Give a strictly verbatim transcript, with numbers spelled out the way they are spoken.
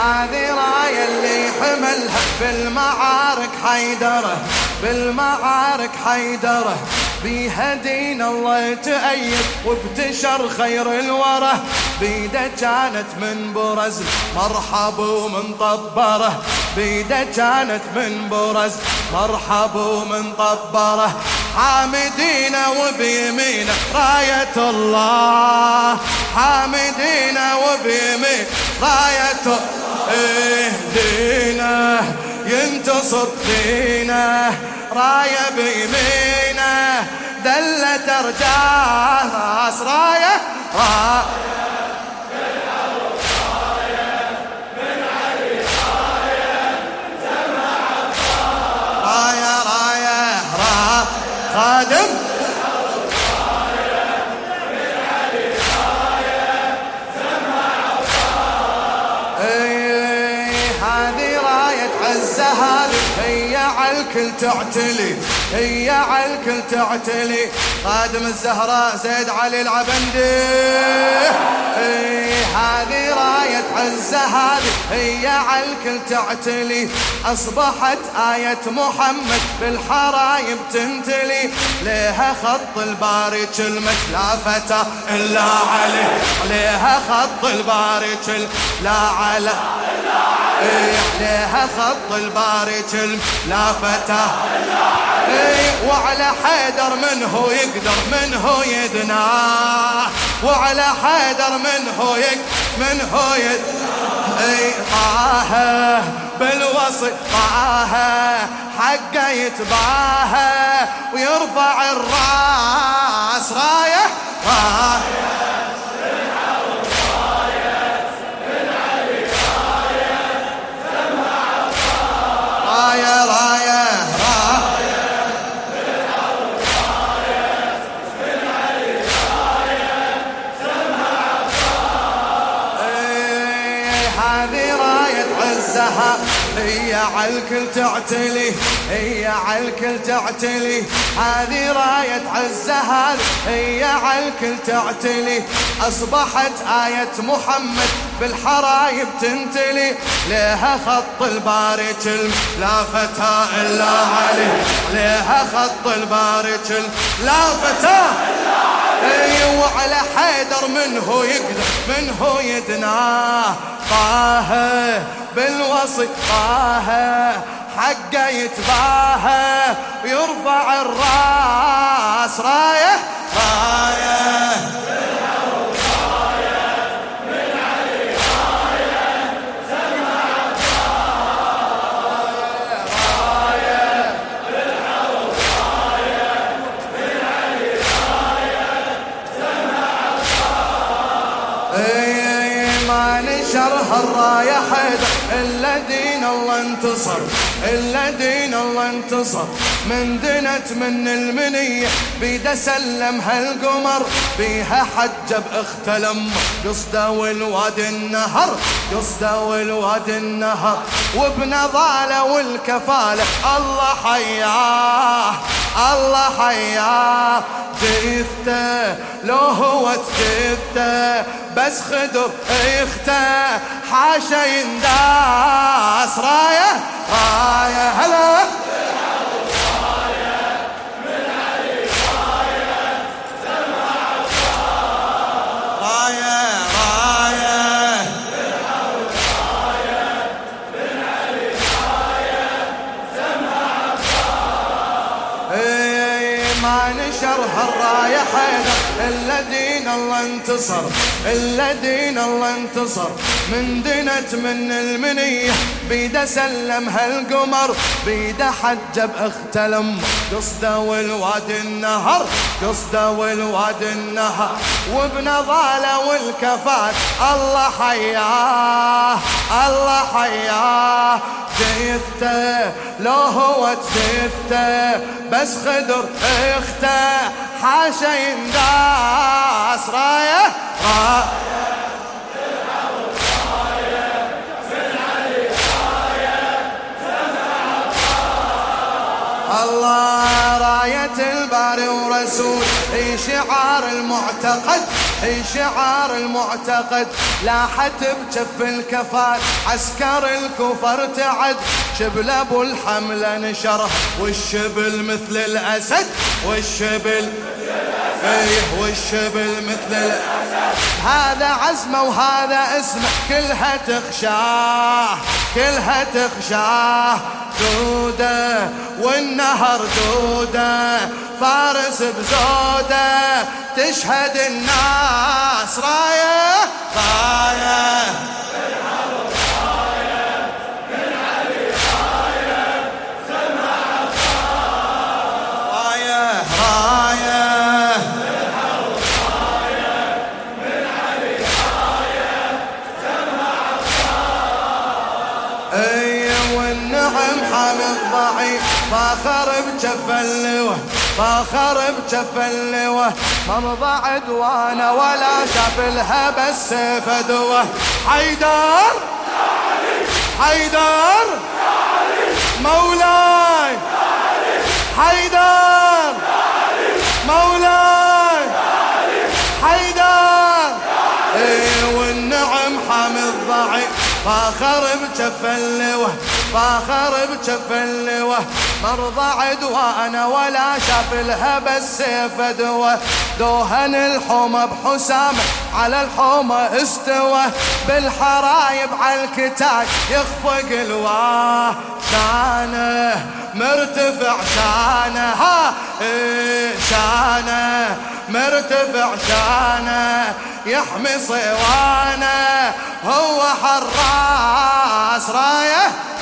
هذه راية اللي حملها بالمعارك حيدره، بالمعارك حيدره، بيها دين الله تأيد وابتشر خير الوره، بيده كانت من برز مرحب ومن طبره، بيده كانت من برز مرحب ومن طبره، حامدين وبيمينه راية الله، حامدين وبيمين راية اهدينا ينتصر فينا، راية بيمينه دلت ارجاه راس راية راية راية راية راية خادم هي عالكل تعتلي، هي عالكل تعتلي، خادم الزهراء زيد علي العبندي، هذه راية عزة هذه هي عالكل تعتلي، أصبحت آية محمد بالحرايب تنتلي، لها خط الباري كلمة لا فتى إلا علي، لها خط الباري كلمة لا علي، عليها خط الباري كلمة لا فتى، وعلى حيدر منه يقدر منه يدناه، وعلى حيدر منه يقدر منه يدناه، طه بالوصي طه حقه يتباهى ويرفع الراس راية راية راية راية راية هذه راية عزها هي عالكل تعتلي، هي عالكل تعتلي، هذه راية عزها هي عالكل تعتلي، أصبحت آية محمد بالحرايب تنتلي، لها خط الباري كلمة لا فتى إلا علي، لها خط الباري كلمة لا فتى إلا علي، وعلى حيدر منه يقدر منه يدناه، طه بالوصي طه حقه يتباهى ويرفع الراس راية راية شرها الراية حيدر إلا دين الله انتصر، إلا دين الله انتصر، من دنت من المنية بيده سلمها القمر، بيها حجب اختلم قصده والوادي النهر، قصده والوادي النهر، وبنضاله والكفالة الله حياه الله حياه، جثته لو هو جثته بس خدر اخته حاشا ينداس راية راية هلا راية راية ما نشرها الراية حيدر إلا دين الله انتصر، إلا دين الله انتصر، من دنت من المنية بيده سلمها القمر، بيده حجب اختلم قصده والوادي النهر، قصده والوادي النهر، وبنضاله والكفات الله حياه الله حياه، جثته لو هو جثته بس خدر اخته حاشا ينداس راية راية الله راية الباري ورسول، اي شعار المعتقد هي شعار المعتقد لاحت بجف الكفار عسكر الكفر تعد شبل ابو الحمله نشره والشبل مثل الاسد والشبل ايه والشبل مثل الاسد هذا عزمه وهذا اسمه كلها تخشاه كلها تخشاه دوده والنهر دوده فارس بزوده تشهد الناس رايه رايه فاخر بجف اللوه فاخر بجف اللوه مرضى عدوانه ولا شاف لها بس فدوه حيدر حيدر مولاي حيدر مولاي حيدر ايه والنعم حامي الضعيف فاخر بجف اللوه فاخر بجف اللوه مرضى عدوانه ولا شاف لها بس فدوه دوهن الحومه بحسامه على الحومه استوى بالحرايب على الكتاج يخفق الواه شانه مرتفع شانه ها إيه شانه مرتفع شانه يحمي صوانه هو حراس رايه